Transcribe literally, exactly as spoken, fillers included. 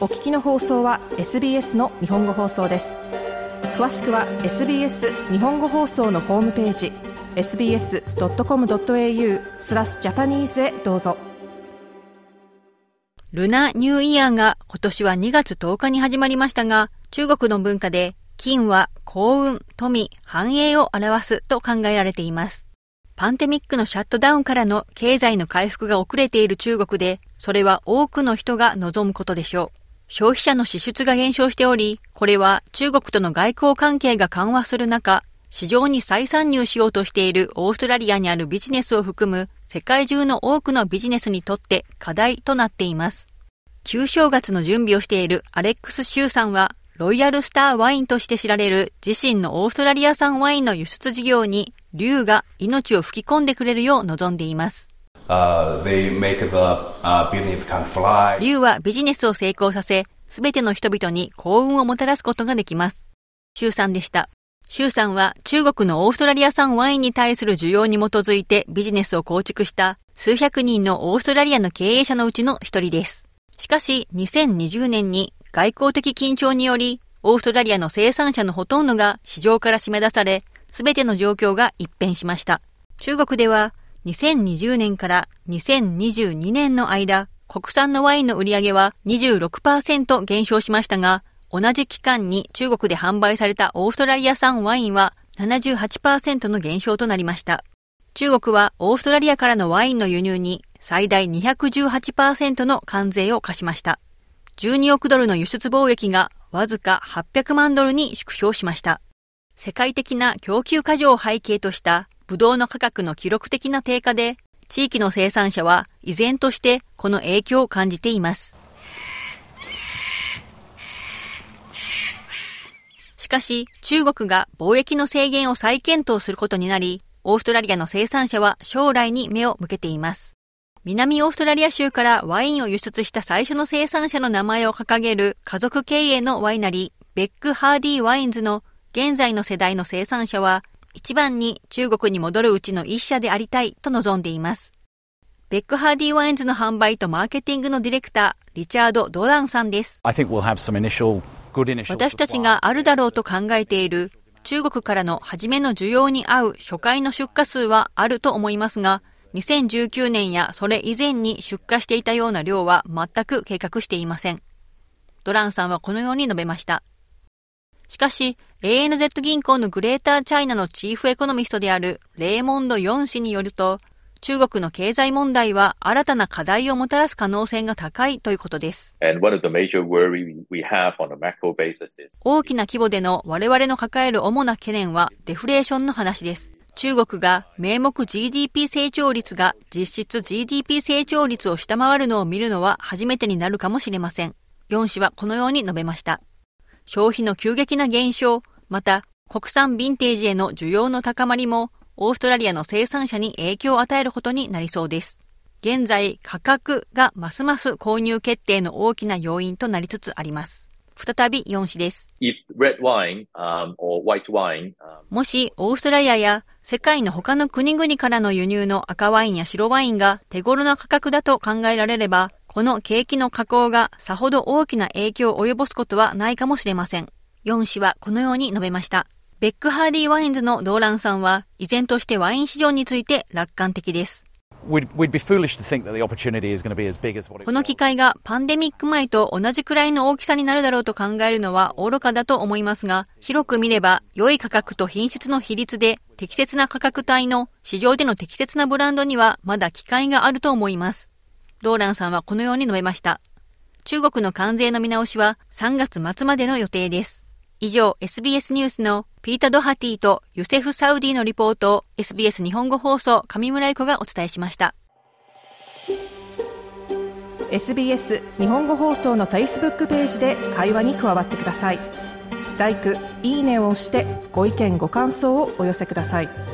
お聞きの放送は エスビーエス の日本語放送です。詳しくは エスビーエス 日本語放送のホームページ エスビーエスドットコムドットエーユー スラスジャパニーズへどうぞ。 ルナニューイヤーが今年はにがつとおかに始まりましたが、中国の文化で金は幸運、富、繁栄を表すと考えられています。パンデミックのシャットダウンからの経済の回復が遅れている中国で、それは多くの人が望むことでしょう。消費者の支出が減少しており、これは中国との外交関係が緩和する中、市場に再参入しようとしているオーストラリアにあるビジネスを含む世界中の多くのビジネスにとって課題となっています。旧正月の準備をしているアレックス・シューさんは、ロイヤルスターワインとして知られる自身のオーストラリア産ワインの輸出事業に竜が命を吹き込んでくれるよう望んでいます。 Uh, they make the, uh, business can fly. 竜はビジネスを成功させ、すべての人々に幸運をもたらすことができます。シュウさんでした。シュウさんは中国のオーストラリア産ワインに対する需要に基づいてビジネスを構築した数百人のオーストラリアの経営者のうちの一人です。しかしにせんにじゅうねんに外交的緊張により、オーストラリアの生産者のほとんどが市場から締め出され、すべての状況が一変しました。中国ではにせんにじゅうねんからにせんにじゅうにねんの間、国産のワインの売り上げは にじゅうろくパーセント 減少しましたが、同じ期間に中国で販売されたオーストラリア産ワインは ななじゅうはちパーセント の減少となりました。中国はオーストラリアからのワインの輸入に最大 にひゃくじゅうはちパーセント の関税を課しました。じゅうにおくドルの輸出貿易がわずかはっぴゃくまんドルに縮小しました。世界的な供給過剰を背景としたブドウの価格の記録的な低下で、地域の生産者は依然としてこの影響を感じています。しかし、中国が貿易の制限を再検討することになり、オーストラリアの生産者は将来に目を向けています。南オーストラリア州からワインを輸出した最初の生産者の名前を掲げる家族経営のワイナリー、ベック・ハーディー・ワインズの現在の世代の生産者は、一番に中国に戻るうちの一社でありたいと望んでいます。ベック・ハーディー・ワインズの販売とマーケティングのディレクター、リチャード・ドランさんです。 I think we'll have some initial, good initial supply. 私たちがあるだろうと考えている中国からの初めの需要に合う初回の出荷数はあると思いますが、にせんじゅうきゅうねんやそれ以前に出荷していたような量は全く計画していません。ドランさんはこのように述べました。しかし、エーエヌゼット 銀行のグレーターチャイナのチーフエコノミストであるレーモンド・ヨン氏によると、中国の経済問題は新たな課題をもたらす可能性が高いということです。大きな規模での我々の抱える主な懸念はデフレーションの話です。中国が名目 ジーディーピー 成長率が実質 ジーディーピー 成長率を下回るのを見るのは初めてになるかもしれません。ヨン氏はこのように述べました。消費の急激な減少、また国産ヴィンテージへの需要の高まりもオーストラリアの生産者に影響を与えることになりそうです。現在、価格がますます購入決定の大きな要因となりつつあります。再びヨン氏です。 If red wine, um, or white wine, um... もしオーストラリアや世界の他の国々からの輸入の赤ワインや白ワインが手頃な価格だと考えられれば、この景気の下降がさほど大きな影響を及ぼすことはないかもしれません。ヨン氏はこのように述べました。ベック・ハーディー・ワインズのドーランさんは依然としてワイン市場について楽観的です。この機会がパンデミック前と同じくらいの大きさになるだろうと考えるのは愚かだと思いますが、広く見れば良い価格と品質の比率で適切な価格帯の市場での適切なブランドにはまだ機会があると思います。ドーランさんはこのように述べました。中国の関税の見直しはさんがつ末までの予定です。以上、エスビーエス ニュースのピータ・ドハティとユセフ・サウディのリポートを エスビーエス 日本語放送上村ゆ子がお伝えしました。 エスビーエス 日本語放送の Facebook ページで会話に加わってください。ライク、いいねを押してご意見ご感想をお寄せください。